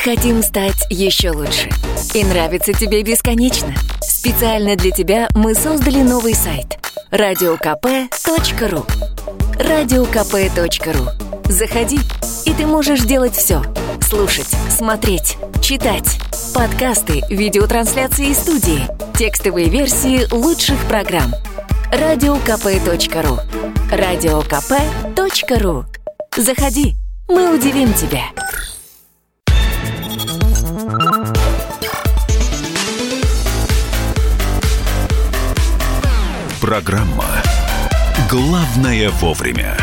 Хотим стать еще лучше. И нравится тебе бесконечно. Специально для тебя мы создали новый сайт radiokp.ru. radiokp.ru. Заходи, и ты можешь делать все. Слушать, смотреть, читать. Подкасты, видеотрансляции из студии, текстовые версии лучших программ. radiokp.ru. radiokp.ru. Заходи, мы удивим тебя. Программа «Главное вовремя».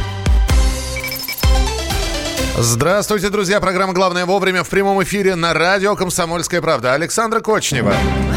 Здравствуйте, друзья. Программа «Главное вовремя» в прямом эфире на радио «Комсомольская правда». Александра Кочнева.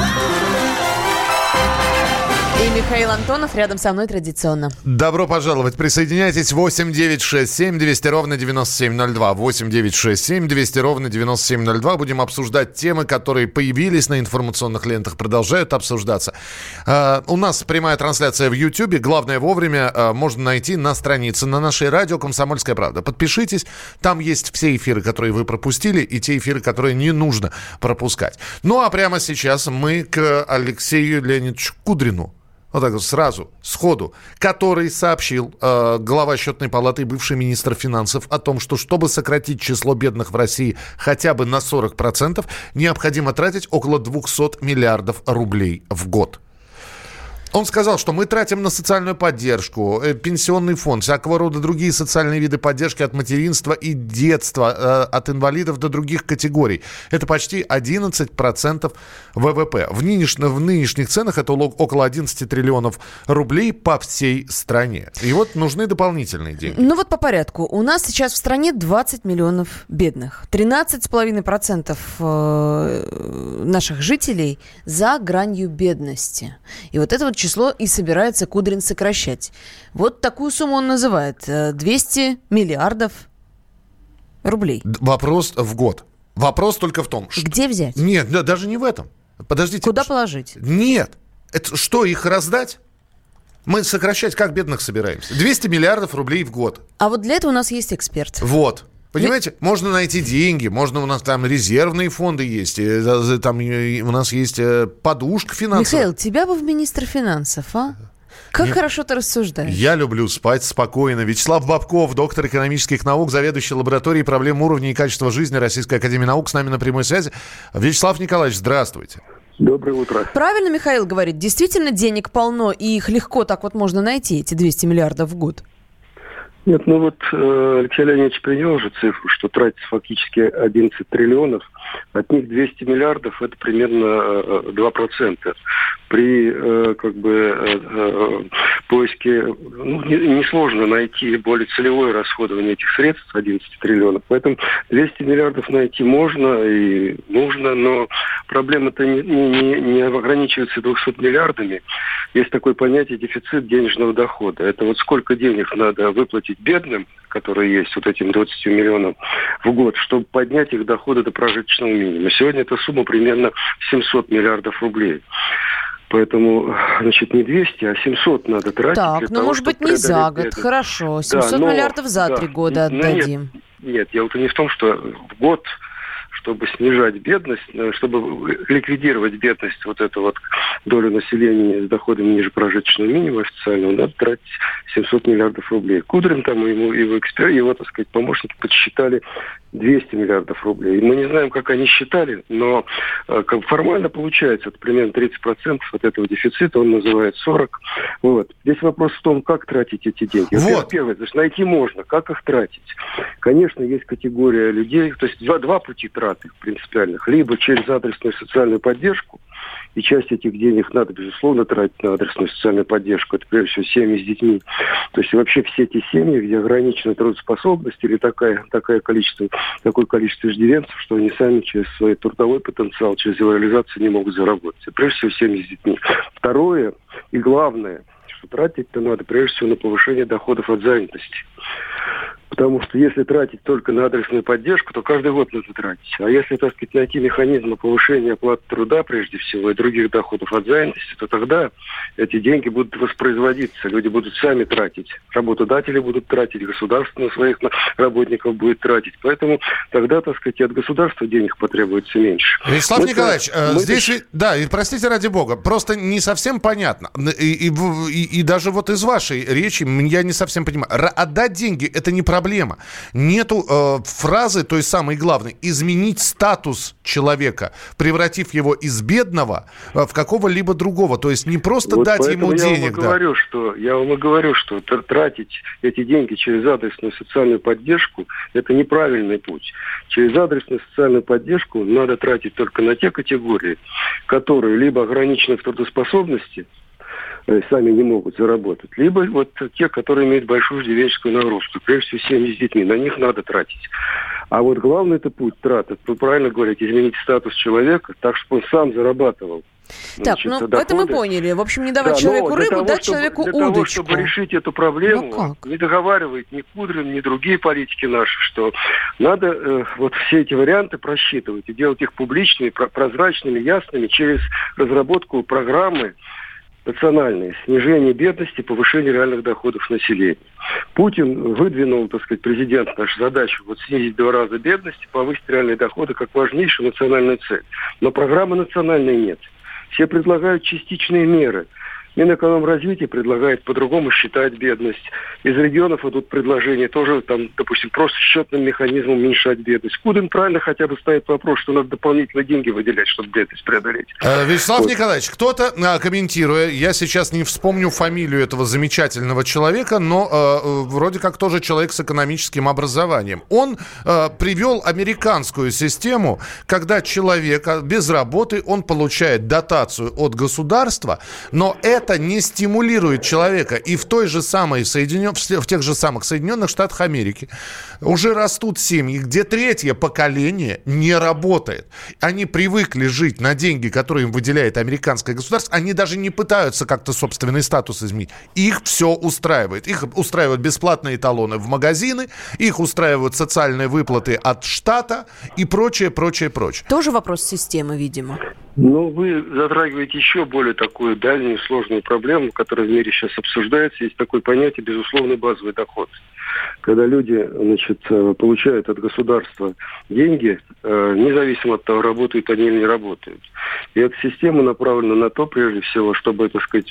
И Михаил Антонов рядом со мной традиционно. Добро пожаловать. Присоединяйтесь. 8-967-200-97-02. 8-967-200-97-02. Будем обсуждать темы, которые появились на информационных лентах, продолжают обсуждаться. У нас прямая трансляция в Ютьюбе. Главное вовремя можно найти на странице на нашей радио «Комсомольская правда». Подпишитесь. Там есть все эфиры, которые вы пропустили, и те эфиры, которые не нужно пропускать. Ну, а прямо сейчас мы к Алексею Леонидовичу Кудрину. Вот так вот сразу, сходу, который сообщил глава Счетной палаты и бывший министр финансов о том, что чтобы сократить число бедных в России хотя бы на 40%, необходимо тратить около 200 миллиардов рублей в год. Он сказал, что мы тратим на социальную поддержку, пенсионный фонд, всякого рода другие социальные виды поддержки от материнства и детства, от инвалидов до других категорий. Это почти 11% ВВП. В нынешних ценах это около 11 триллионов рублей по всей стране. И вот нужны дополнительные деньги. Ну вот по порядку. У нас сейчас в стране 20 миллионов бедных. 13,5% наших жителей за гранью бедности. И вот это вот число и собирается Кудрин сокращать. Вот такую сумму он называет. 200 миллиардов рублей. Вопрос в год. Вопрос только в том, что... Где взять? Нет, даже не в этом. Подождите. Куда положить? Нет. Это что, их раздать? Мы сокращать как бедных собираемся? 200 миллиардов рублей в год. А вот для этого у нас есть эксперт. Вот. Понимаете, можно найти деньги, можно, у нас там резервные фонды есть, там у нас есть подушка финансовая. Михаил, тебя бы в министр финансов, а? Как хорошо ты рассуждаешь. Я люблю спать спокойно. Вячеслав Бабков, доктор экономических наук, заведующий лабораторией проблем уровня и качества жизни Российской академии наук, с нами на прямой связи. Вячеслав Николаевич, здравствуйте. Доброе утро. Правильно Михаил говорит, действительно денег полно, и их легко так вот можно найти, эти 200 миллиардов в год. Нет, ну вот Алексей Леонидович привел уже цифру, что тратится фактически 11 триллионов. От них 200 миллиардов – это примерно 2%. При поиске несложно найти более целевое расходование этих средств, 11 триллионов. Поэтому 200 миллиардов найти можно и нужно, но проблема-то не ограничивается 200 миллиардами. Есть такое понятие дефицит денежного дохода. Это вот сколько денег надо выплатить бедным, которые есть, вот этим 20 миллионам в год, чтобы поднять их доходы до прожиточного минимума. Сегодня эта сумма примерно 700 миллиардов рублей. Поэтому, значит, не 200, а 700 надо тратить. Так, ну, может быть, не за год, бедность. Хорошо. 700 миллиардов за 3 года отдадим. Нет, дело-то не в том, что в год, чтобы снижать бедность, чтобы ликвидировать бедность, вот эту вот долю населения с доходами ниже прожиточного минимума официального, надо тратить 700 миллиардов рублей. Кудрин там и его эксперт, его, так сказать, помощники подсчитали 200 миллиардов рублей. Мы не знаем, как они считали, но формально получается, это примерно 30% от этого дефицита, он называет 40%. Вот. Здесь вопрос в том, как тратить эти деньги. Вот. Первое, значит, найти можно, как их тратить. Конечно, есть категория людей, то есть два пути траты принципиальных. Либо через адресную социальную поддержку, и часть этих денег надо, безусловно, тратить на адресную социальную поддержку. Это, прежде всего, семьи с детьми. То есть вообще все те семьи, где ограничена трудоспособность или такое количество иждивенцев, что они сами через свой трудовой потенциал, через его реализацию не могут заработать. И прежде всего, семьи с детьми. Второе и главное, что тратить-то надо, прежде всего, на повышение доходов от занятости. Потому что если тратить только на адресную поддержку, то каждый год нужно тратить. А если, так сказать, найти механизмы повышения оплаты труда, прежде всего, и других доходов от занятости, то тогда эти деньги будут воспроизводиться. Люди будут сами тратить. Работодатели будут тратить, государство на своих работников будет тратить. Поэтому тогда, так сказать, и от государства денег потребуется меньше. Вячеслав Николаевич, здесь, да, и простите ради бога, просто не совсем понятно. И даже вот из вашей речи я не совсем понимаю. Отдать деньги – это не проблема. Нету фразы той самой главной – изменить статус человека, превратив его из бедного в какого-либо другого. То есть не просто вот дать ему денег. Я вам и говорю, что тратить эти деньги через адресную социальную поддержку – это неправильный путь. Через адресную социальную поддержку надо тратить только на те категории, которые либо ограничены в трудоспособности, сами не могут заработать, либо вот те, которые имеют большую иждивенческую нагрузку, прежде всего семьи с детьми, на них надо тратить. А вот главный это путь траты, вы правильно говорите, изменить статус человека так, чтобы он сам зарабатывал. Так, доходы. Это мы поняли. В общем, не давать человеку рыбу, дать человеку удочку. Для того, чтобы решить эту проблему, не договаривает ни Кудрин, ни другие политики наши, что надо вот все эти варианты просчитывать и делать их публичными, прозрачными, ясными через разработку программы национальные, снижение бедности, повышение реальных доходов населения. Путин выдвинул, так сказать, президент нашу задачу вот снизить в 2 раза бедность и повысить реальные доходы как важнейшую национальную цель. Но программы национальной нет. Все предлагают частичные меры. Минэкономразвитие предлагает по-другому считать бедность. Из регионов идут предложения тоже, там, допустим, просто счетным механизмом уменьшать бедность. Кудрин правильно хотя бы ставит вопрос, что надо дополнительно деньги выделять, чтобы бедность преодолеть. Вячеслав Николаевич, кто-то, комментируя, я сейчас не вспомню фамилию этого замечательного человека, но вроде как тоже человек с экономическим образованием. Он привел американскую систему, когда человек без работы, он получает дотацию от государства, но это не стимулирует человека. И в тех же самых Соединенных Штатах Америки уже растут семьи, где 3-е поколение не работает. Они привыкли жить на деньги, которые им выделяет американское государство. Они даже не пытаются как-то собственный статус изменить. Их все устраивает. Их устраивают бесплатные талоны в магазины, их устраивают социальные выплаты от штата и прочее. Тоже вопрос системы, видимо. Ну, вы затрагиваете еще более такую дальнюю сложную проблему, которая в мире сейчас обсуждается. Есть такое понятие безусловный базовый доход. Когда люди, получают от государства деньги, независимо от того, работают они или не работают. И эта система направлена на то, прежде всего, чтобы, так сказать,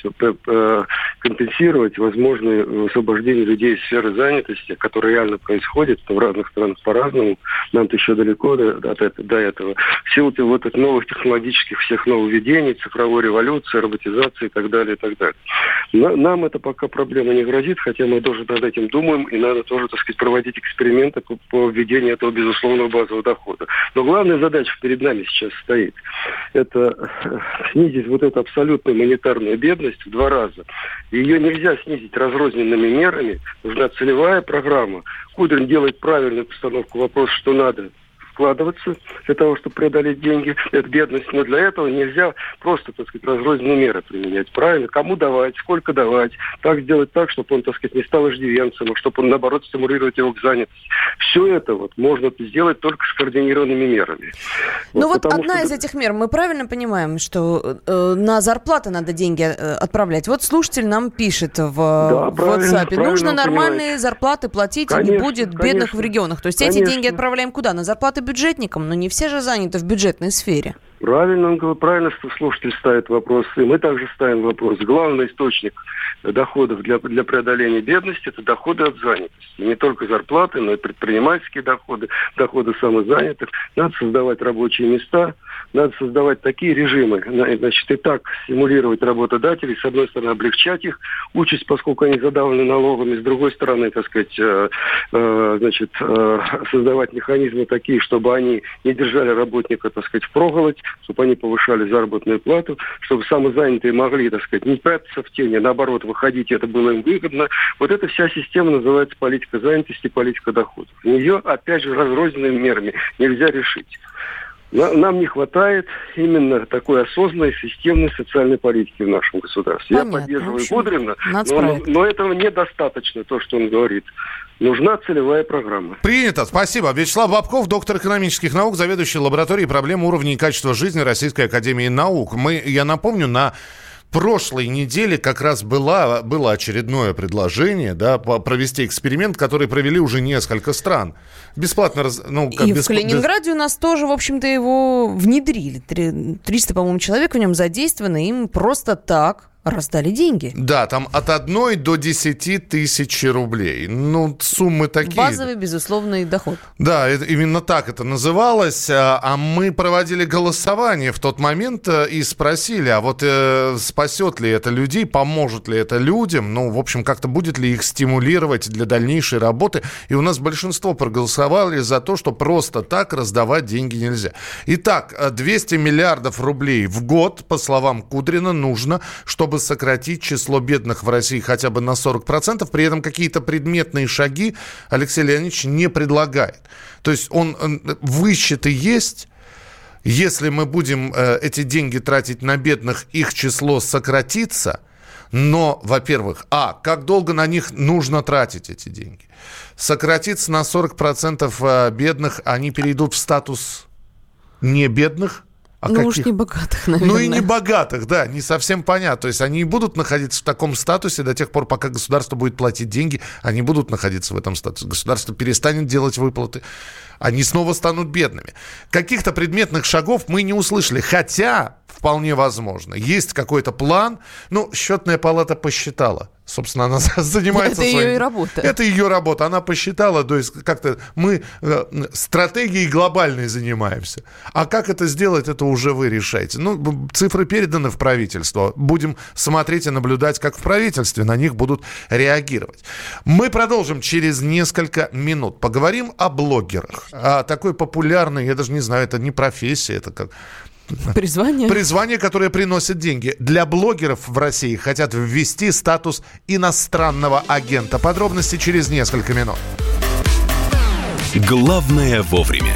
компенсировать возможное освобождение людей из сферы занятости, которое реально происходит в разных странах по-разному. Нам-то еще далеко до этого. В силу вот этих новых технологических всех нововведений, цифровой революции, роботизации и так далее, и так далее. Нам это пока проблема не грозит, хотя мы тоже над этим думаем, и надо тоже, так сказать, проводить эксперименты по введению этого безусловного базового дохода. Но главная задача перед нами сейчас стоит. Это снизить вот эту абсолютную монетарную бедность в 2 раза. И ее нельзя снизить разрозненными мерами. Нужна целевая программа. Кудрин делает правильную постановку вопроса, что надо вкладываться для того, чтобы преодолеть эту бедность. Но для этого нельзя просто, так сказать, разрозненные меры применять. Правильно? Кому давать, сколько давать. Так сделать так, чтобы он, так сказать, не стал иждивенцем, а чтобы он, наоборот, стимулировать его к занятости. Все это можно сделать только с координированными мерами. Ну вот одна из этих мер, мы правильно понимаем, что на зарплаты надо деньги отправлять? Вот слушатель нам пишет в WhatsApp. Нужно нормальные зарплаты платить, и не будет бедных в регионах. То есть эти деньги отправляем куда? На зарплаты бюджетникам, но не все же заняты в бюджетной сфере. Правильно, что слушатель ставит вопрос, и мы также ставим вопрос. Главный источник доходов для преодоления бедности – это доходы от занятости. Не только зарплаты, но и предпринимательские доходы, доходы самозанятых. Надо создавать рабочие места, надо создавать такие режимы, значит, и так стимулировать работодателей, с одной стороны, облегчать их участь, поскольку они задавлены налогами, с другой стороны, так сказать, создавать механизмы такие, чтобы они не держали работника, так сказать, впроголодь, чтобы они повышали заработную плату, чтобы самозанятые могли, так сказать, не прятаться в тени, а наоборот, выходить, это было им выгодно. Вот эта вся система называется политика занятости, политика доходов. Ее, опять же, разрозненными мерами нельзя решить. Нам не хватает именно такой осознанной, системной социальной политики в нашем государстве. Понятно. Я поддерживаю Кудрина, но этого недостаточно, то, что он говорит. Нужна целевая программа. Принято. Спасибо. Вячеслав Бабков, доктор экономических наук, заведующий лабораторией проблем уровня и качества жизни Российской академии наук. Я напомню, на прошлой неделе как раз было очередное предложение, да, провести эксперимент, который провели уже несколько стран. Бесплатно. В Калининграде у нас тоже, в общем-то, его внедрили. 300, по-моему, человек в нем задействовано, им просто так раздали деньги. Да, там от 1 до 10 тысяч рублей. Суммы такие. Базовый, безусловный доход. Да, именно так это называлось. А мы проводили голосование в тот момент и спросили, а вот спасет ли это людей, поможет ли это людям, в общем, как-то будет ли их стимулировать для дальнейшей работы. И у нас большинство проголосовали за то, что просто так раздавать деньги нельзя. Итак, 200 миллиардов рублей в год, по словам Кудрина, нужно, чтобы сократить число бедных в России хотя бы на 40%. При этом какие-то предметные шаги Алексей Леонидович не предлагает. То есть высчеты есть. Если мы будем эти деньги тратить на бедных, их число сократится. Но, во-первых, как долго на них нужно тратить эти деньги? Сократится на 40% бедных, они перейдут в статус не бедных. Уж не богатых, наверное. И не богатых, да, не совсем понятно. То есть они и будут находиться в таком статусе до тех пор, пока государство будет платить деньги, они будут находиться в этом статусе. Государство перестанет делать выплаты, они снова станут бедными. Каких-то предметных шагов мы не услышали, хотя вполне возможно. Есть какой-то план, счетная палата посчитала. Собственно, она занимается своим... Это ее работа. Это ее работа. Она посчитала, то есть как-то мы стратегией глобальной занимаемся. А как это сделать, это уже вы решаете. Цифры переданы в правительство. Будем смотреть и наблюдать, как в правительстве на них будут реагировать. Мы продолжим через несколько минут. Поговорим о блогерах. О такой популярной, я даже не знаю, это не профессия, это как... Призвание. Призвание, которое приносит деньги. Для блогеров в России хотят ввести статус иностранного агента. Подробности через несколько минут. Главное вовремя.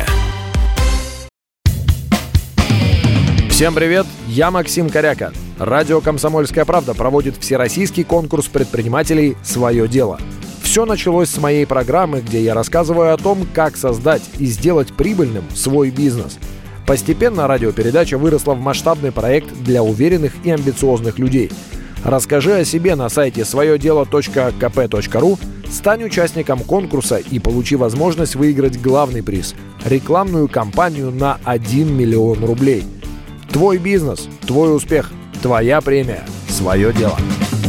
Всем привет, я Максим Коряка. Радио «Комсомольская правда» проводит всероссийский конкурс предпринимателей «Свое дело». Все началось с моей программы, где я рассказываю о том, как создать и сделать прибыльным свой бизнес. Постепенно радиопередача выросла в масштабный проект для уверенных и амбициозных людей. Расскажи о себе на сайте своедело.kp.ru, стань участником конкурса и получи возможность выиграть главный приз – рекламную кампанию на 1 миллион рублей. Твой бизнес, твой успех, твоя премия, свое дело.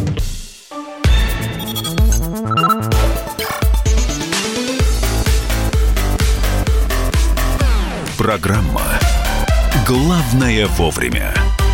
Программа «Главное вовремя».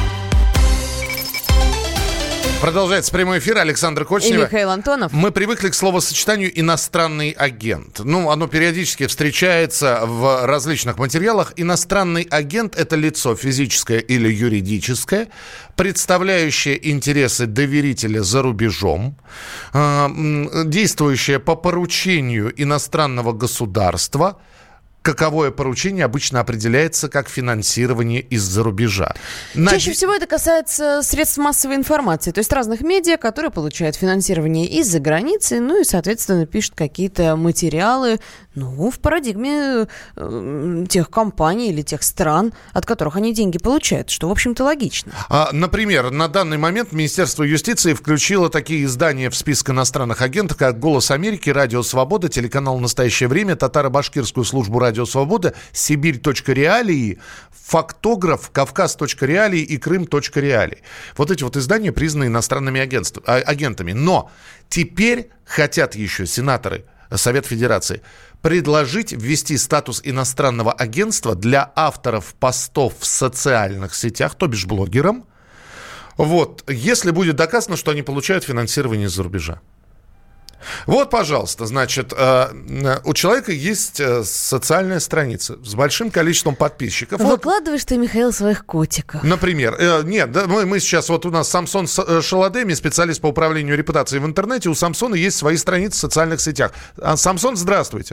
Продолжается прямой эфир. Александр Кочнева. И Михаил Антонов. Мы привыкли к словосочетанию «иностранный агент». Оно периодически встречается в различных материалах. Иностранный агент – это лицо физическое или юридическое, представляющее интересы доверителя за рубежом, действующее по поручению иностранного государства. Каковое поручение обычно определяется как финансирование из-за рубежа. Чаще всего это касается средств массовой информации, то есть разных медиа, которые получают финансирование из-за границы, и, соответственно, пишут какие-то материалы, в парадигме тех компаний или тех стран, от которых они деньги получают, что, в общем-то, логично. Например, на данный момент Министерство юстиции включило такие издания в список иностранных агентов, как «Голос Америки», «Радио Свобода», телеканал «Настоящее время», татаро-башкирскую службу «Радио Свобода», «Сибирь.реалии», «Фактограф», «Кавказ.реалии» и «Крым.реалии». Вот эти вот издания признаны иностранными агентами. Но теперь хотят еще сенаторы, Совет Федерации, предложить ввести статус иностранного агентства для авторов постов в социальных сетях, то бишь блогерам, если будет доказано, что они получают финансирование из-за рубежа. Пожалуйста, значит, у человека есть социальная страница с большим количеством подписчиков. Выкладываешь ты, Михаил, своих котиков. Например. Мы сейчас, у нас Самсон Шаладеми, специалист по управлению репутацией в интернете. У Самсона есть свои страницы в социальных сетях. Самсон, здравствуйте.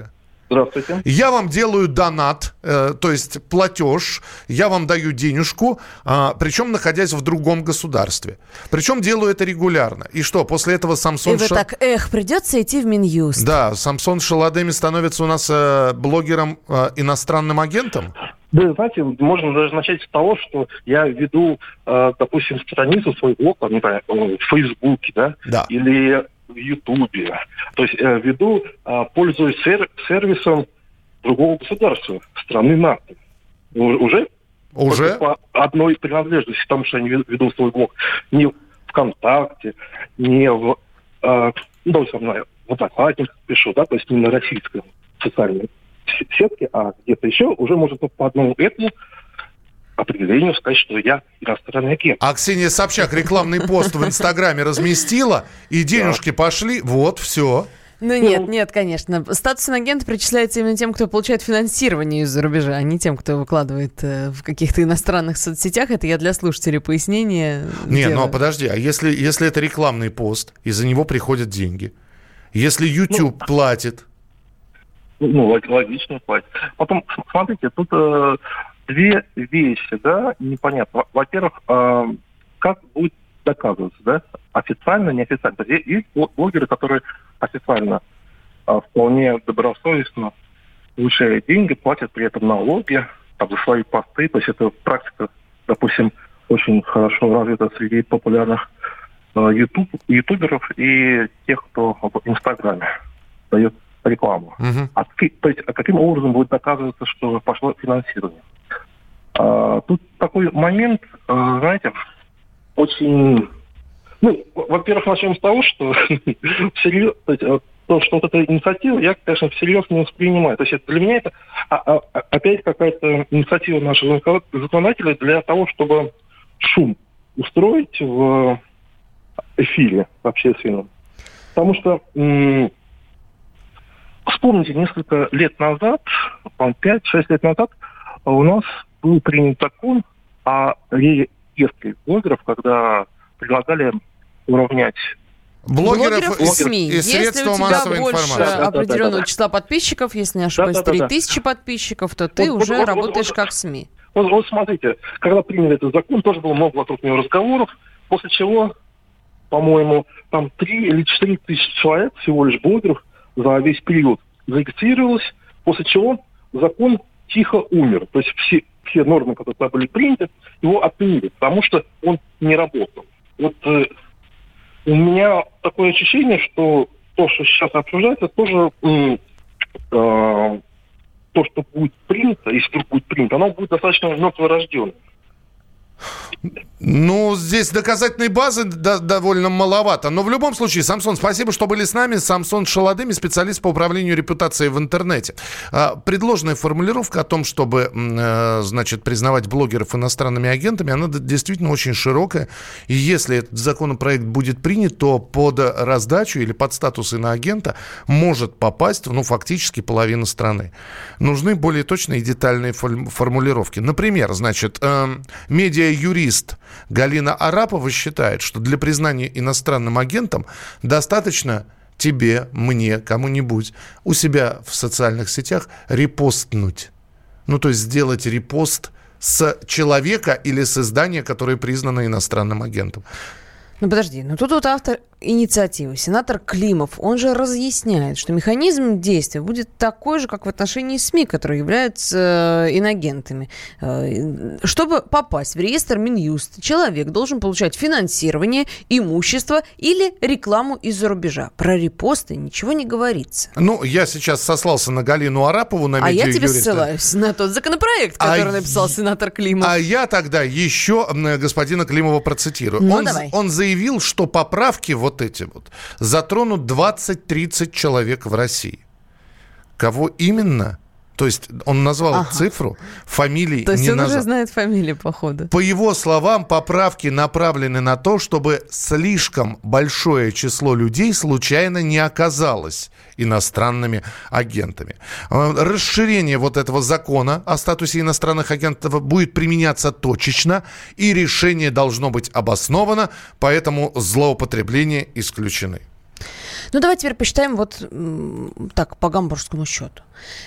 Здравствуйте. Я вам делаю донат, то есть платеж, я вам даю денежку, причем находясь в другом государстве. Причем делаю это регулярно. И что, после этого Самсон... И вы так, придется идти в Минюст. Да, Самсон Шаладеми становится у нас блогером, иностранным агентом? Да, знаете, можно даже начать с того, что я веду, допустим, страницу, свой блог, не знаю, в Фейсбуке, да, или в Ютубе. То есть веду, пользуюсь сервисом другого государства, страны НАТО. Уже? По одной принадлежности, потому что я не веду свой блог не в ВКонтакте, не в Одноклассниках пишу, да, то есть не на российском социальной сетке, а где-то еще, уже можно по одному этому определению сказать, что я иностранный агент. А Ксения Собчак рекламный пост в Инстаграме разместила, и денежки пошли, вот, все. Ну нет, конечно. Статус инагента причисляется именно тем, кто получает финансирование из-за рубежа, а не тем, кто выкладывает в каких-то иностранных соцсетях. Это я для слушателей пояснение. Нет, ну подожди, а если это рекламный пост, и за него приходят деньги? Если YouTube платит? Логично платит. Потом, смотрите, тут две вещи, да, непонятно. Во-первых, как будет доказываться, да, официально, неофициально. То есть есть блогеры, которые официально вполне добросовестно получают деньги, платят при этом налоги за свои посты. То есть это практика, допустим, очень хорошо развита среди популярных ютуберов и тех, кто в Инстаграме дает рекламу. То есть каким образом будет доказываться, что пошло финансирование? Тут такой момент, знаете, очень... во-первых, начнем с того, что всерьез, то, что вот эта инициатива, я, конечно, всерьез не воспринимаю. То есть для меня это опять какая-то инициатива нашего законодателя для того, чтобы шум устроить в эфире общественном. Потому что вспомните, несколько лет назад, 5-6 лет назад, у нас был принят закон о реестре блогеров, когда предлагали уравнять блогеров и СМИ. И средства массовой информации. Если у тебя больше определенного числа подписчиков, если не ошибаюсь, 3000 подписчиков, то ты уже работаешь как СМИ. Вот смотрите, когда приняли этот закон, тоже было много вокруг него разговоров, после чего, по-моему, там 3 или 4 тысячи человек, всего лишь блогеров, за весь период зарегистрировалось, после чего закон тихо умер. То есть все нормы, которые были приняты, его отменили, потому что он не работал. Вот у меня такое ощущение, что то, что сейчас обсуждается, тоже то, что будет принято, если вдруг будет принято, оно будет достаточно мертворожденным. Здесь доказательной базы довольно маловато. Но в любом случае, Самсон, спасибо, что были с нами. Самсон Шаладеми, специалист по управлению репутацией в интернете. Предложенная формулировка о том, чтобы, признавать блогеров иностранными агентами, она действительно очень широкая. И если этот законопроект будет принят, то под раздачу или под статус иноагента может попасть, фактически половина страны. Нужны более точные и детальные формулировки. Например, медиа-юрист Галина Арапова считает, что для признания иностранным агентом достаточно тебе, мне, кому-нибудь у себя в социальных сетях репостнуть. То есть сделать репост с человека или с издания, которое признано иностранным агентом. Подожди, тут вот автор инициативы, сенатор Климов, он же разъясняет, что механизм действия будет такой же, как в отношении СМИ, которые являются инагентами. Чтобы попасть в реестр Минюст, человек должен получать финансирование, имущество или рекламу из-за рубежа. Про репосты ничего не говорится. Я сейчас сослался на Галину Арапову, на медиа-юриста. А я тебе ссылаюсь на тот законопроект, который написал сенатор Климов. А я тогда еще господина Климова процитирую. Он заявил, что поправки затронут 20-30 человек в России. Кого именно? То есть он назвал цифру, фамилии не назвал. То есть он уже знает фамилии, походу. По его словам, поправки направлены на то, чтобы слишком большое число людей случайно не оказалось иностранными агентами. Расширение этого закона о статусе иностранных агентов будет применяться точечно, и решение должно быть обосновано, поэтому злоупотребления исключены. Ну, давайте теперь посчитаем вот так, по гамбургскому счету.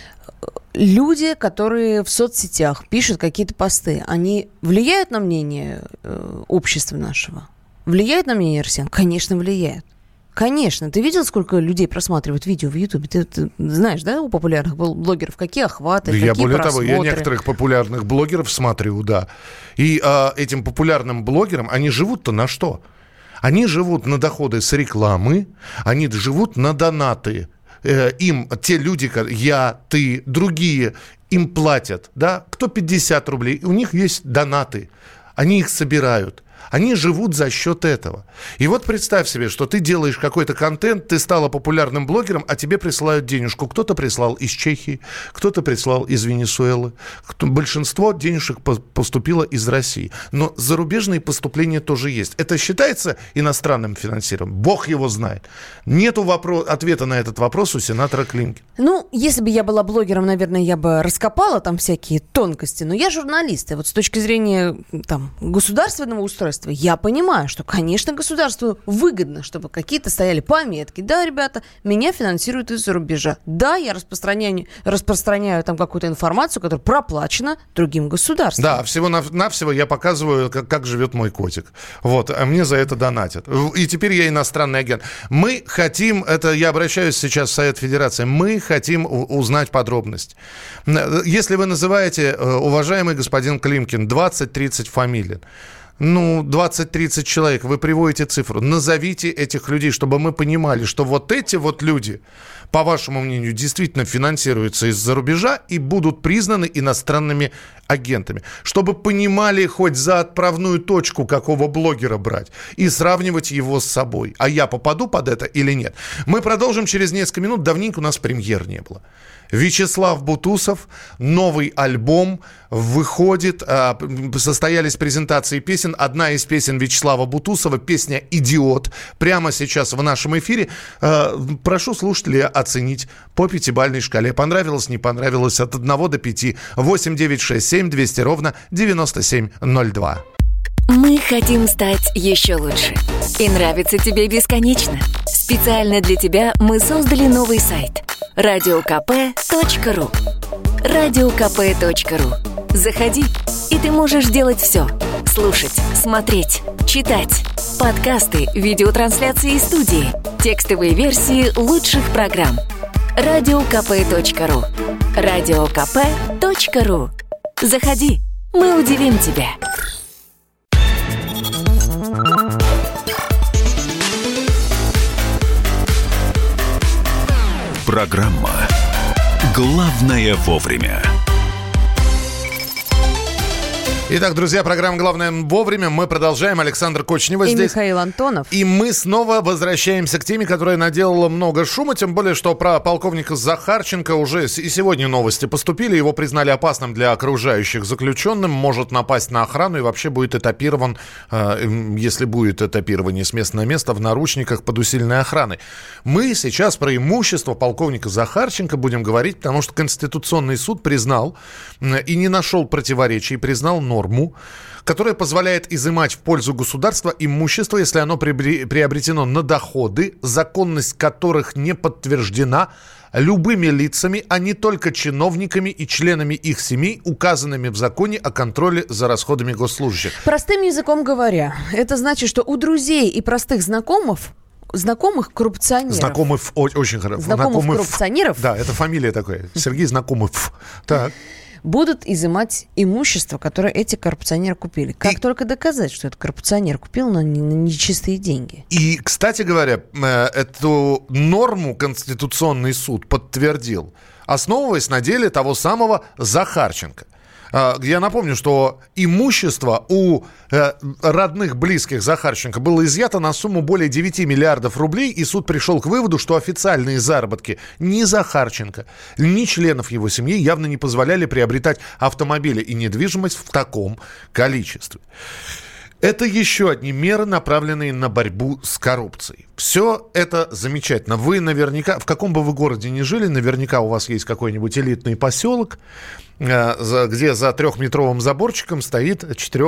Люди, которые в соцсетях пишут какие-то посты, они влияют на мнение общества нашего? Влияют на мнение россиян? Конечно, влияют. Конечно. Ты видел, сколько людей просматривают видео в Ютубе? Ты знаешь, да, у популярных блогеров, какие охваты, какие просмотры? Более того, я некоторых популярных блогеров смотрю, да. И этим популярным блогерам, они живут-то на что? Они живут на доходы с рекламы, они живут на донаты. Им те люди, я, ты, другие, им платят, да, кто 50 рублей, у них есть донаты, они их собирают. Они живут за счет этого. И вот представь себе, что ты делаешь какой-то контент, ты стала популярным блогером, а тебе присылают денежку. Кто-то прислал из Чехии, кто-то прислал из Венесуэлы. Большинство денежек поступило из России. Но зарубежные поступления тоже есть. Это считается иностранным финансированием? Бог его знает. Нету ответа на этот вопрос у сенатора Климкина. Ну, если бы я была блогером, наверное, я бы раскопала там всякие тонкости. Но я журналист. И вот с точки зрения там, государственного устройства, я понимаю, что, конечно, государству выгодно, чтобы какие-то стояли пометки. Да, ребята, меня финансируют из-за рубежа. Да, я распространяю там какую-то информацию, которая проплачена другим государством. Да, всего-навсего я показываю, как живет мой котик. Вот, а мне за это донатят. И теперь я иностранный агент. Мы хотим, это я обращаюсь сейчас в Совет Федерации, мы хотим узнать подробности. Если вы называете, уважаемый господин Климкин, 20-30 фамилий, 20-30 человек, вы приводите цифру, назовите этих людей, чтобы мы понимали, что вот эти вот люди, по вашему мнению, действительно финансируются из-за рубежа и будут признаны иностранными агентами. Чтобы понимали хоть за отправную точку, какого блогера брать, и сравнивать его с собой. А я попаду под это или нет? Мы продолжим через несколько минут. Давненько у нас премьер не было. Вячеслав Бутусов, новый альбом выходит, состоялись презентации песен. Одна из песен Вячеслава Бутусова, песня «Идиот», прямо сейчас в нашем эфире. Прошу слушателей оценить по пятибалльной шкале. Понравилось, не понравилось, от 1 до 5. 8-967 200 ровно 9702. Мы хотим стать еще лучше. И нравится тебе бесконечно. Специально для тебя мы создали новый сайт radiokp.ru. radiokp.ru. Заходи, и ты можешь делать все. Слушать, смотреть, читать. Подкасты, видеотрансляции из студии. Текстовые версии лучших программ. radiokp.ru. radiokp.ru. Заходи, мы удивим тебя. Программа «Главное вовремя». Итак, друзья, программа «Главное вовремя». Мы продолжаем. Александр Кочнева здесь. И Михаил Антонов. И мы снова возвращаемся к теме, которая наделала много шума. Тем более, что про полковника Захарченко уже и сегодня новости поступили. Его признали опасным для окружающих заключенным. Может напасть на охрану и вообще будет этапирован, если будет этапирование с места на место, в наручниках под усиленной охраной. Мы сейчас про имущество полковника Захарченко будем говорить, потому что Конституционный суд признал и не нашел противоречий, признал норму, которая позволяет изымать в пользу государства имущество, если оно приобретено на доходы, законность которых не подтверждена любыми лицами, а не только чиновниками и членами их семей, указанными в законе о контроле за расходами госслужащих. Простым языком говоря, это значит, что у друзей и простых знакомых коррупционеров. Знакомых очень хорошо. Знакомых коррупционеров. Да, это фамилия такая. Сергей Знакомых. Так. Будут изымать имущество, которое эти коррупционеры купили. Как только доказать, что этот коррупционер купил на нечистые деньги? И, кстати говоря, эту норму Конституционный суд подтвердил, основываясь на деле того самого Захарченко. Я напомню, что имущество у родных, близких Захарченко было изъято на сумму более 9 миллиардов рублей, и суд пришел к выводу, что официальные заработки ни Захарченко, ни членов его семьи явно не позволяли приобретать автомобили и недвижимость в таком количестве. Это еще одни меры, направленные на борьбу с коррупцией. Все это замечательно. Вы наверняка, в каком бы вы городе ни жили, наверняка у вас есть какой-нибудь элитный поселок, где за 3-метровым заборчиком стоит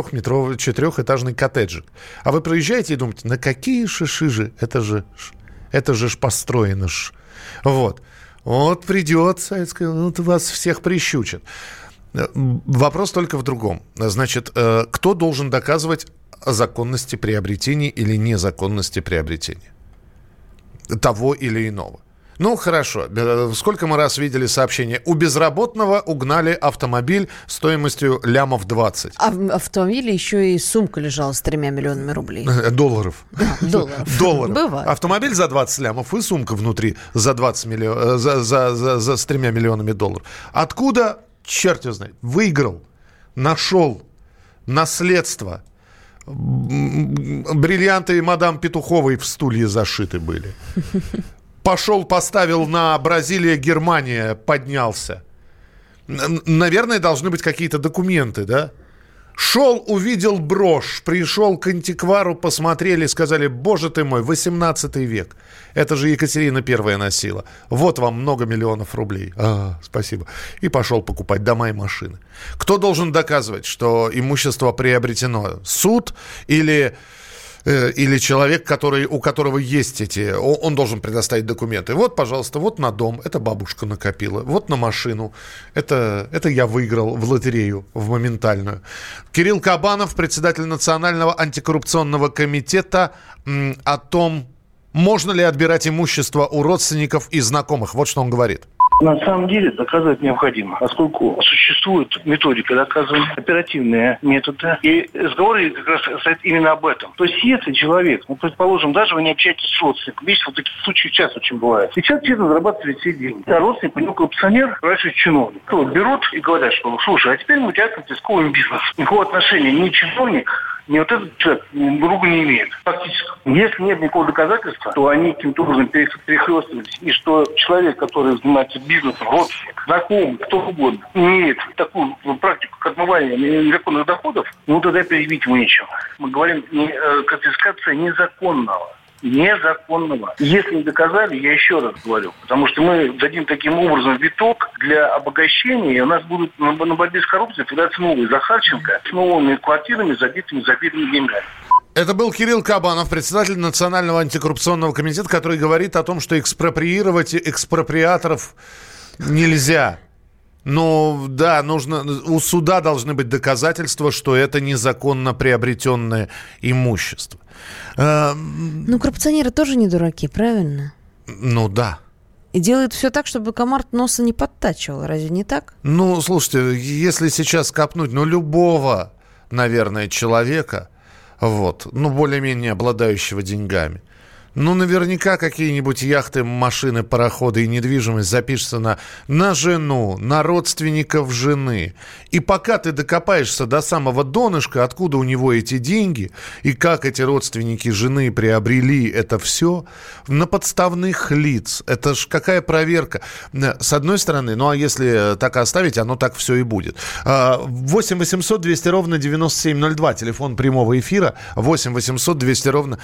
4-этажный коттеджик. А вы проезжаете и думаете, на какие шиши же, это же Это же ж построено ж. Вот. Вот придется, вот вас всех прищучат. Вопрос только в другом. Значит, кто должен доказывать о законности приобретения или незаконности приобретения того или иного? Ну, хорошо. Сколько мы раз видели сообщение? У безработного угнали автомобиль стоимостью лямов 20. А в автомобиле еще и сумка лежала с 3 миллионами рублей. Долларов. Долларов. Бывает. Автомобиль за 20 лямов и сумка внутри за 20 миллионов, с 3 миллионами долларов. Откуда, черт его знает, выиграл, нашел наследство. Бриллианты мадам Петуховой в стулье зашиты были. Пошел, поставил на Бразилия-Германия, поднялся. Наверное, должны быть какие-то документы, да? Шел, увидел брошь, пришел к антиквару, посмотрели, сказали: боже ты мой, 18 век. Это же Екатерина I носила. Вот вам много миллионов рублей. Спасибо. И пошел покупать дома и машины. Кто должен доказывать, что имущество приобретено? Суд или человек, у которого есть он должен предоставить документы. Вот, пожалуйста, вот на дом, это бабушка накопила. Вот на машину, это я выиграл в лотерею, в моментальную. Кирилл Кабанов, председатель Национального антикоррупционного комитета, о том, можно ли отбирать имущество у родственников и знакомых. Вот что он говорит. На самом деле доказывать необходимо, поскольку существует методика доказывания, оперативные методы. И разговоры как раз стоят именно об этом. То есть если человек, предположим, даже вы не общаетесь с родственником, видите, вот такие случаи часто очень бывают. И человек честно зарабатывает все деньги. А родственник, у него коррупционер, раньше чиновник. Берут и говорят, что слушай, а теперь мы у тебя конфисковываем бизнес. Никакого отношения ни чиновник, ни вот этот человек друга не имеет. Фактически. Если нет никакого доказательства, то они каким-то образом перехлёстывались. И что человек, который занимается бизнесом, родственник, знакомый, кто угодно, имеет такую практику как отмывания незаконных доходов, тогда перебить ему нечего. Мы говорим конфискация незаконного. Если не доказали, я еще раз говорю, потому что мы дадим таким образом виток для обогащения, и у нас будут на борьбе с коррупцией появляться новые Захарченко с новыми квартирами, забитыми деньгами. Это был Кирилл Кабанов, председатель Национального антикоррупционного комитета, который говорит о том, что экспроприировать экспроприаторов нельзя. Ну, да, у суда должны быть доказательства, что это незаконно приобретенное имущество. Коррупционеры тоже не дураки, правильно? Ну, да. И делают все так, чтобы комар носа не подтачивал. Разве не так? Слушайте, если сейчас копнуть, любого, наверное, человека, более-менее обладающего деньгами, наверняка какие-нибудь яхты, машины, пароходы и недвижимость запишутся на жену, на родственников жены. И пока ты докопаешься до самого донышка, откуда у него эти деньги, и как эти родственники жены приобрели это все, на подставных лиц. Это ж какая проверка. С одной стороны, а если так оставить, оно так все и будет. 8 800 200 ровно 9702, телефон прямого эфира, 8 800 200 ровно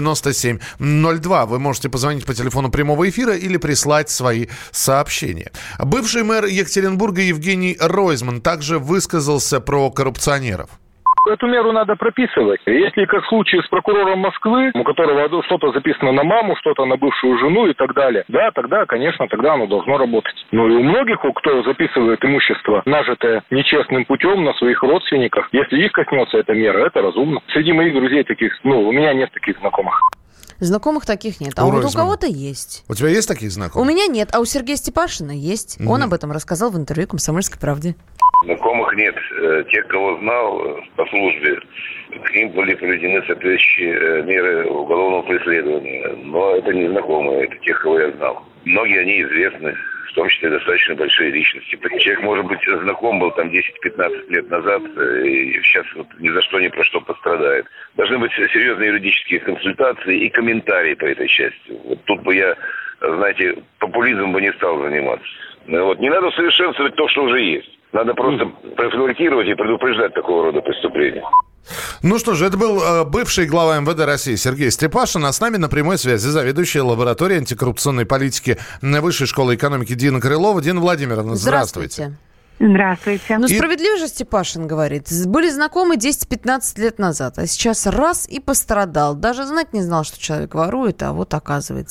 9702. Вы можете позвонить по телефону прямого эфира или прислать свои сообщения. Бывший мэр Екатеринбурга Евгений Ройзман также высказался про коррупционеров. Эту меру надо прописывать. Если, как в случае с прокурором Москвы, у которого что-то записано на маму, что-то на бывшую жену и так далее, да, тогда оно должно работать. И у многих, кто записывает имущество, нажитое нечестным путем на своих родственниках, если их коснется эта мера, это разумно. Среди моих друзей таких, у меня нет таких знакомых. Знакомых таких нет. А у кого-то есть. У тебя есть такие знакомые? У меня нет, а у Сергея Степашина есть. Он об этом рассказал в интервью «Комсомольской правде». Знакомых нет. Тех, кого знал по службе, к ним были проведены соответствующие меры уголовного преследования. Но это не знакомые, это тех, кого я знал. Многие они известны, в том числе достаточно большие личности. Человек, может быть, знаком был 10-15 лет назад, и сейчас ни за что, ни про что пострадает. Должны быть серьезные юридические консультации и комментарии по этой части. Тут бы я, популизмом бы не стал заниматься. Не надо усовершенствовать то, что уже есть. Надо просто профилактировать и предупреждать такого рода преступления. Что же, это был бывший глава МВД России Сергей Степашин, а с нами на прямой связи заведующая лабораторией антикоррупционной политики Высшей школы экономики Дина Крылова. Дина Владимировна, здравствуйте. Здравствуйте. Справедливо же Степашин говорит. Были знакомы 10-15 лет назад, а сейчас раз и пострадал. Даже знать не знал, что человек ворует, а вот оказывается.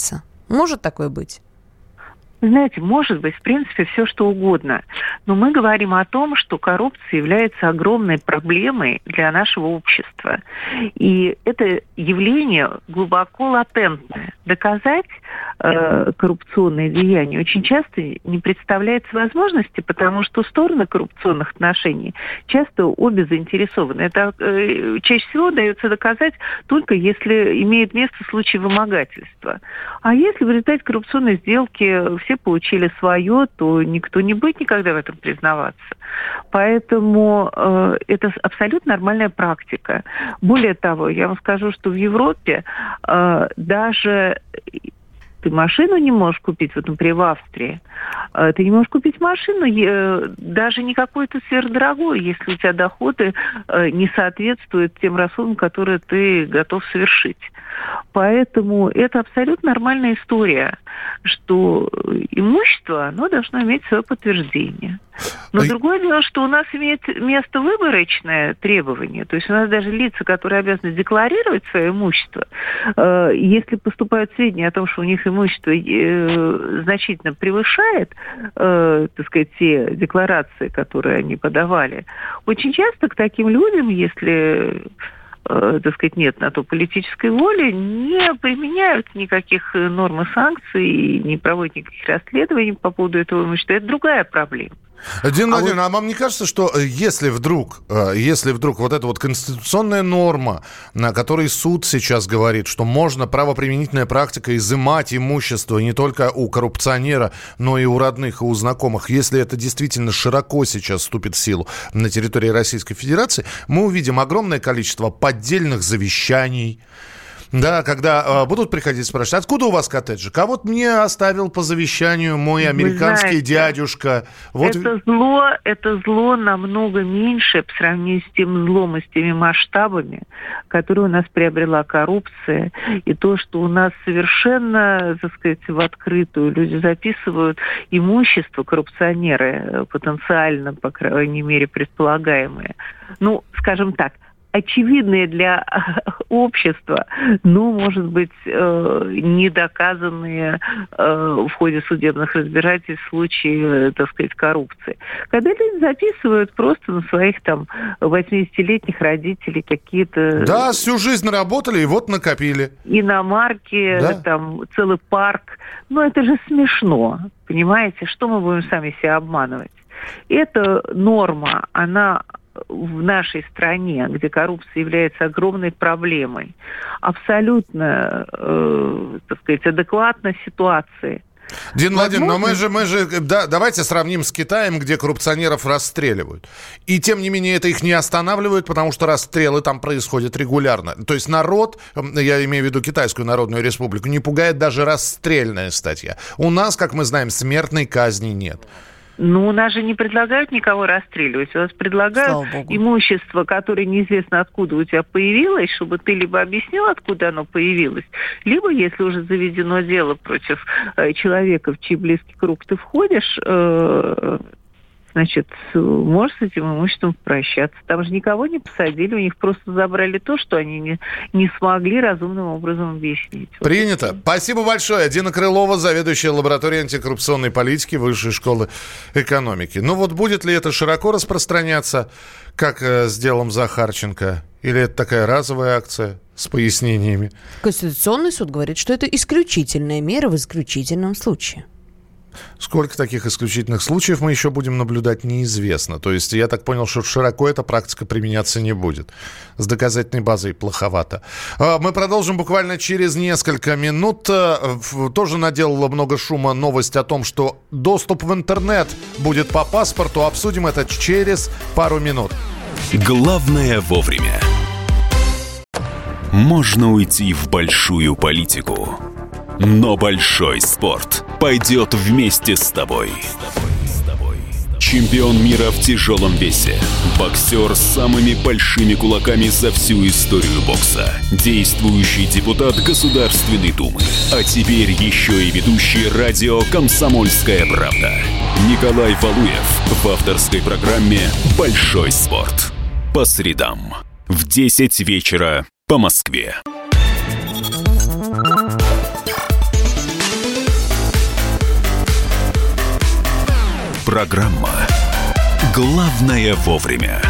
Может такое быть? Знаете, может быть, в принципе, все что угодно. Но мы говорим о том, что коррупция является огромной проблемой для нашего общества. И это явление глубоко латентное. Доказать коррупционные деяния очень часто не представляется возможности, потому что стороны коррупционных отношений часто обе заинтересованы. Это чаще всего удается доказать только если имеет место случай вымогательства. А если в результате коррупционной сделки все получили свое, то никто не будет никогда в этом признаваться. Поэтому это абсолютно нормальная практика. Более того, я вам скажу, что в Европе даже ты машину не можешь купить, вот, например, в Австрии. Ты не можешь купить машину, даже не какую-то сверхдорогую, если у тебя доходы не соответствуют тем расходам, которые ты готов совершить. Поэтому это абсолютно нормальная история, что имущество, оно должно иметь свое подтверждение. Но другое дело, что у нас имеет место выборочное требование. То есть у нас даже лица, которые обязаны декларировать свое имущество, если поступают сведения о том, что у них имущество значительно превышает, так сказать, те декларации, которые они подавали, очень часто к таким людям, если так сказать, нет на то политической воли, не применяют никаких норм и санкций, не проводят никаких расследований по поводу этого имущества. Это другая проблема. Дина Владимировна, а вам не кажется, что если вдруг вот эта вот конституционная норма, на которой суд сейчас говорит, что можно правоприменительная практика изымать имущество не только у коррупционера, но и у родных, и у знакомых, если это действительно широко сейчас вступит в силу на территории Российской Федерации, мы увидим огромное количество поддельных завещаний. Да, когда будут приходить спрашивать, откуда у вас коттеджик? А вот мне оставил по завещанию мой американский дядюшка. Вот... Это зло намного меньше по сравнению с тем злом и с теми масштабами, которые у нас приобрела коррупция. И то, что у нас совершенно, так сказать, в открытую люди записывают имущество, коррупционеры потенциально, по крайней мере, предполагаемые. Ну, скажем так, очевидные для общества, но, может быть, недоказанные в ходе судебных разбирательств в случае, так сказать, коррупции. Когда люди записывают просто на своих там 80-летних родителей какие-то... Да, всю жизнь работали и вот накопили. Иномарки, да. Там целый парк. Но это же смешно, понимаете? Что мы будем сами себя обманывать? Эта норма, она... в нашей стране, где коррупция является огромной проблемой, абсолютно, так сказать, адекватна ситуации. Дина Владимировна, но мы же давайте сравним с Китаем, где коррупционеров расстреливают. И тем не менее это их не останавливает, потому что расстрелы там происходят регулярно. То есть народ, я имею в виду Китайскую Народную Республику, не пугает даже расстрельная статья. У нас, как мы знаем, смертной казни нет. Ну, у нас же не предлагают никого расстреливать. У нас предлагают имущество, которое неизвестно откуда у тебя появилось, чтобы ты либо объяснил, откуда оно появилось, либо, если уже заведено дело против человека, в чей близкий круг ты входишь, значит, можешь с этим имуществом прощаться. Там же никого не посадили, у них просто забрали то, что они не смогли разумным образом объяснить. Принято. Спасибо большое. Дина Крылова, заведующая лабораторией антикоррупционной политики Высшей школы экономики. Ну вот будет ли это широко распространяться, как с делом Захарченко? Или это такая разовая акция с пояснениями? Конституционный суд говорит, что это исключительная мера в исключительном случае. Сколько таких исключительных случаев мы еще будем наблюдать, неизвестно. То есть я так понял, что широко эта практика применяться не будет. С доказательной базой плоховато. Мы продолжим буквально через несколько минут. Тоже наделала много шума новость о том, что доступ в интернет будет по паспорту. Обсудим это через пару минут. Главное вовремя. Можно уйти в большую политику, но большой спорт пойдет вместе с тобой. Чемпион мира в тяжелом весе. Боксер с самыми большими кулаками за всю историю бокса. Действующий депутат Государственной Думы. А теперь еще и ведущий радио «Комсомольская правда». Николай Валуев в авторской программе «Большой спорт». По средам в 10 вечера по Москве. Программа «Главное вовремя».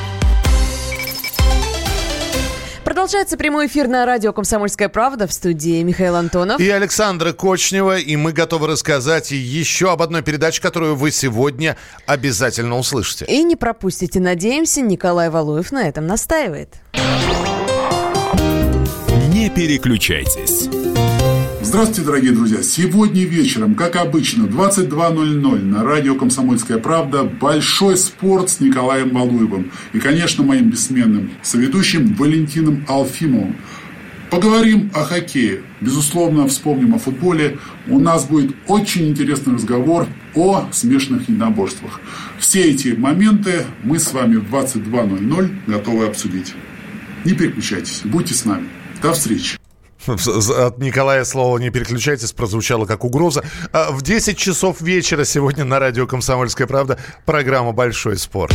Продолжается прямой эфир на радио «Комсомольская правда», в студии Михаил Антонов. И Александра Кочнева. И мы готовы рассказать еще об одной передаче, которую вы сегодня обязательно услышите. И не пропустите, надеемся, Николай Валуев на этом настаивает. Не переключайтесь. Здравствуйте, дорогие друзья! Сегодня вечером, как обычно, 22:00 на радио «Комсомольская правда» «Большой спорт» с Николаем Валуевым и, конечно, моим бессменным соведущим Валентином Алфимовым. Поговорим о хоккее. Безусловно, вспомним о футболе. У нас будет очень интересный разговор о смешанных единоборствах. Все эти моменты мы с вами в 22:00 готовы обсудить. Не переключайтесь, будьте с нами. До встречи. От Николая слово «не переключайтесь» прозвучало как угроза. В 10 часов вечера сегодня на радио «Комсомольская правда» программа «Большой спорт».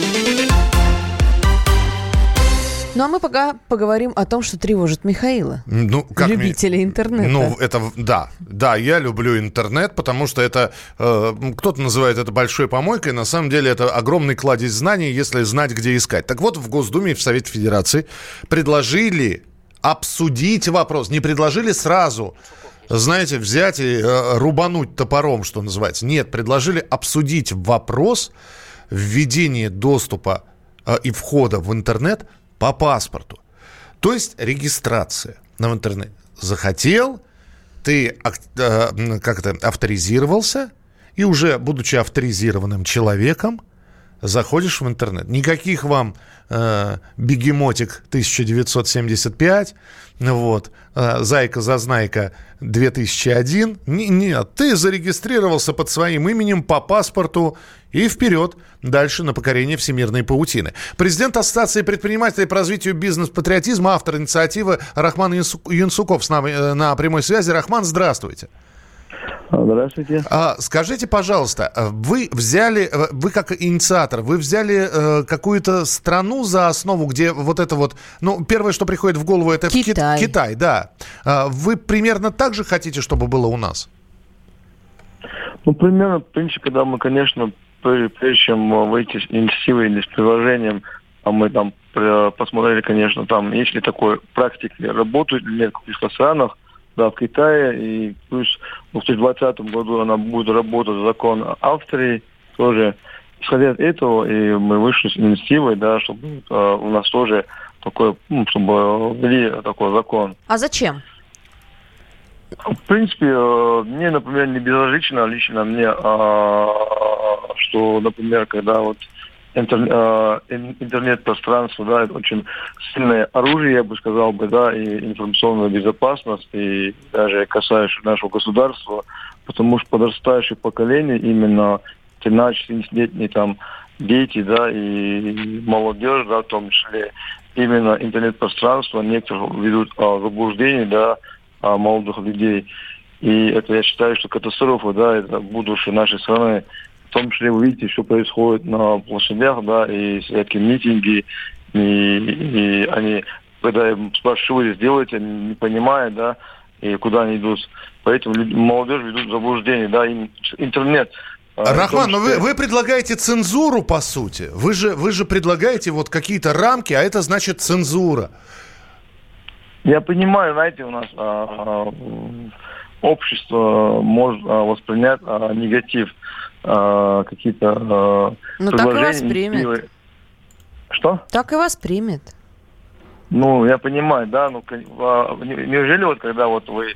Ну, а мы пока поговорим о том, что тревожит Михаила. Любителей интернета. Ну, это, да, я люблю интернет, потому что это, кто-то называет это большой помойкой, на самом деле это огромный кладезь знаний, если знать, где искать. Так вот, в Госдуме и в Совете Федерации предложили обсудить вопрос, не предложили сразу, знаете, взять и рубануть топором, что называется. Нет, предложили обсудить вопрос введения доступа и входа в интернет по паспорту. То есть регистрация в интернете. Захотел, ты авторизировался, и уже, будучи авторизированным человеком, заходишь в интернет. Никаких вам бегемотик 1975, зайка-зазнайка 2001. Нет, ты зарегистрировался под своим именем по паспорту и вперед дальше на покорение всемирной паутины. Президент Ассоциации предпринимателей по развитию бизнес-патриотизма, автор инициативы Рахман Юнсуков с нами на прямой связи. Рахман, здравствуйте. Здравствуйте. Скажите, пожалуйста, вы как инициатор, вы взяли какую-то страну за основу, где вот это вот, первое, что приходит в голову, это Китай, да. Вы примерно так же хотите, чтобы было у нас? Примерно, в принципе, да, мы, конечно, прежде чем выйти с инициативой или с приложением, мы там посмотрели, конечно, там, есть ли такой практики, работают ли в каких-то странах, да, в Китае, и плюс в 2020 году она будет работать закон Австрии тоже. Исходя от этого, и мы вышли с инициативой, да, чтобы у нас тоже такой, чтобы ввели такой закон. А зачем? В принципе, мне, например, не безразлично лично мне, что, например, когда вот интернет-пространство, да, это очень сильное оружие, я бы сказал, да, и информационная безопасность, и даже касающаяся нашего государства, потому что подрастающее поколение, именно 13-17-летние там дети, да, и молодежь, да, в том числе, именно интернет-пространство некоторых ведут заблуждение, да, молодых людей. И это, я считаю, что катастрофа, да, это будущее нашей страны. В том числе вы видите, что происходит на площадях, да, и всякие митинги, и они, когда я спрашиваю, что вы сделаете, не понимают, да, и куда они идут. Поэтому молодежь ведут заблуждение, да, интернет. Рахман, но вы предлагаете цензуру, по сути. Вы же предлагаете вот какие-то рамки, а это значит цензура. Я понимаю, знаете, у нас общество может воспринять негатив. Какие-то так и воспримет. Что? Так и воспримет. Я понимаю, да, неужели вот когда вот вы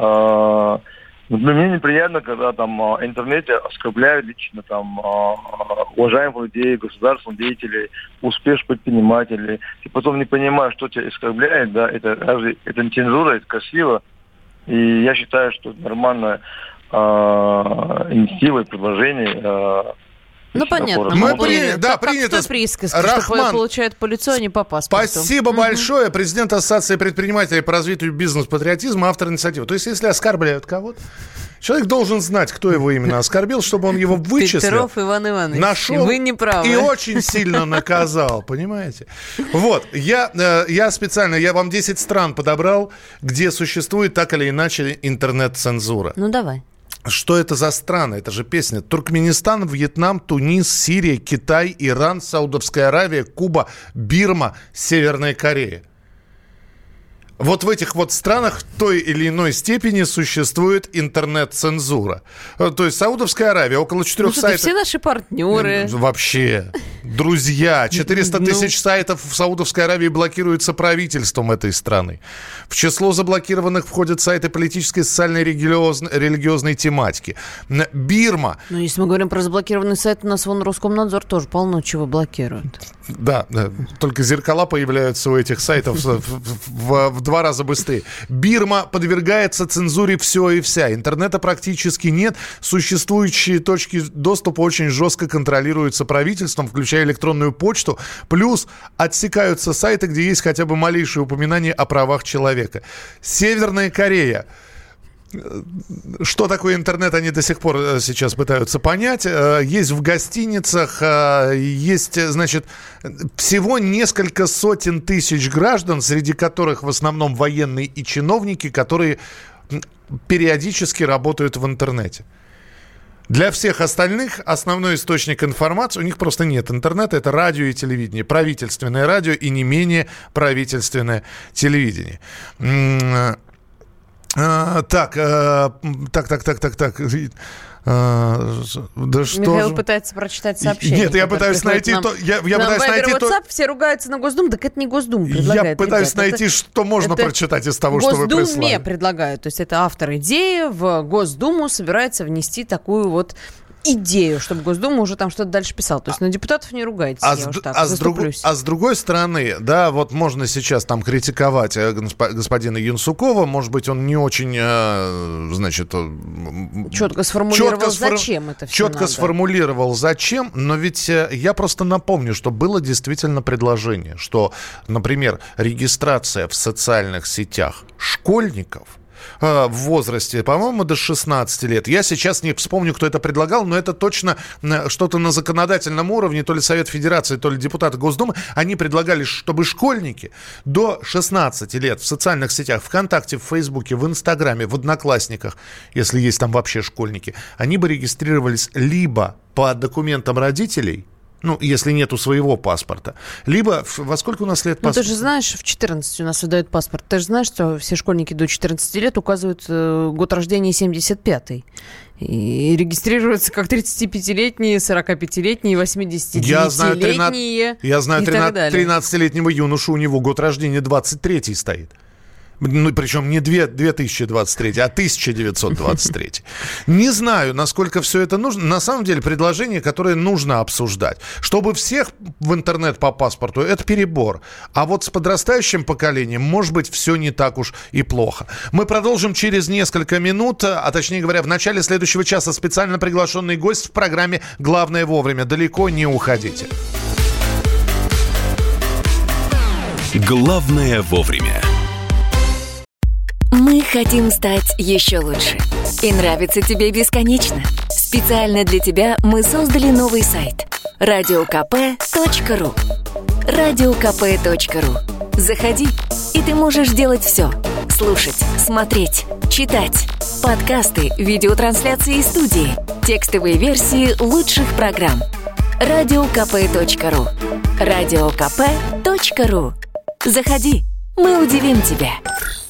мне неприятно, когда там в интернете оскорбляют лично там уважаемых людей, государственных деятелей, успешных предпринимателей, и потом не понимаю, что тебя оскорбляет, да, это не цензура, это красиво, и я считаю, что это нормальная инициатива и предложение. Понятно. Принято. Присказка, Рахман, что получают по лицу, а не по паспорту. Спасибо большое. Президент Ассоциации предпринимателей по развитию бизнес-патриотизма, автор инициативы. То есть, если оскорбляют кого-то, человек должен знать, кто его именно оскорбил, чтобы он его вычислил. Петров Иван Иванович. Нашел вы не правы. И очень сильно наказал, понимаете? Вот, я специально, я вам 10 стран подобрал, где существует так или иначе интернет-цензура. Давай. Что это за страны? Это же песня. Туркменистан, Вьетнам, Тунис, Сирия, Китай, Иран, Саудовская Аравия, Куба, Бирма, Северная Корея. Вот в этих вот странах в той или иной степени существует интернет-цензура. То есть Саудовская Аравия, около 4 сайтов... все наши партнеры. Вообще, друзья, 400 тысяч сайтов в Саудовской Аравии блокируются правительством этой страны. В число заблокированных входят сайты политической, социальной, религиозной тематики. Бирма. Ну, если мы говорим про заблокированный сайт, у нас вон Роскомнадзор тоже полно чего блокирует. Да, только зеркала появляются у этих сайтов в 2 раза быстрее. Бирма подвергается цензуре все и вся. Интернета практически нет. Существующие точки доступа очень жестко контролируются правительством, включая электронную почту. Плюс отсекаются сайты, где есть хотя бы малейшее упоминание о правах человека. Северная Корея. Что такое интернет, они до сих пор сейчас пытаются понять. Есть в гостиницах, есть, значит, всего несколько сотен тысяч граждан, среди которых в основном военные и чиновники, которые периодически работают в интернете. Для всех остальных основной источник информации, у них просто нет интернета, это радио и телевидение, правительственное радио и не менее правительственное телевидение. Так. Да что Михаил же? пытается прочитать сообщение. Нет, я пытаюсь найти то... Я пытаюсь найти WhatsApp, все ругаются на Госдуму, так это не Госдума предлагает. Я пытаюсь найти, что можно прочитать из того, что вы прислали. Госдуме предлагают. То есть это автор идеи в Госдуму собирается внести такую вот идею, чтобы Госдума уже там что-то дальше писал. То есть на депутатов не ругайтесь, я уж так заступлюсь. А с другой стороны, да, вот можно сейчас там критиковать господина Юнсукова, может быть, он не очень, значит... Четко сформулировал, зачем это все Четко надо. Сформулировал, зачем, но ведь я просто напомню, что было действительно предложение, что, например, регистрация в социальных сетях школьников в возрасте, по-моему, до 16 лет. Я сейчас не вспомню, кто это предлагал, но это точно что-то на законодательном уровне, то ли Совет Федерации, то ли депутаты Госдумы. Они предлагали, чтобы школьники до 16 лет в социальных сетях, ВКонтакте, в Фейсбуке, в Инстаграме, в Одноклассниках, если есть там вообще школьники, они бы регистрировались либо по документам родителей, ну, если нету своего паспорта. Либо, во сколько у нас лет паспорт? Ну, ты же знаешь, в 14 у нас выдают паспорт. Ты же знаешь, что все школьники до 14 лет указывают год рождения 75-й. И регистрируются как 35-летние, 45-летние, 80-летние. Я знаю 13-летнего юношу, у него год рождения 23-й стоит. Ну, причем не 2023, а 1923. Не знаю, насколько все это нужно. На самом деле, предложение, которое нужно обсуждать. Чтобы всех в интернет по паспорту, это перебор. А вот с подрастающим поколением, может быть, все не так уж и плохо. Мы продолжим через несколько минут, а точнее говоря, в начале следующего часа специально приглашенный гость в программе «Главное вовремя». Далеко не уходите. Главное вовремя. Мы хотим стать еще лучше. И нравится тебе бесконечно. Специально для тебя мы создали новый сайт – radiokp.ru. radiokp.ru. Заходи, и ты можешь делать все. Слушать, смотреть, читать. Подкасты, видеотрансляции из студии, текстовые версии лучших программ. radiokp.ru. radiokp.ru. Заходи, мы удивим тебя.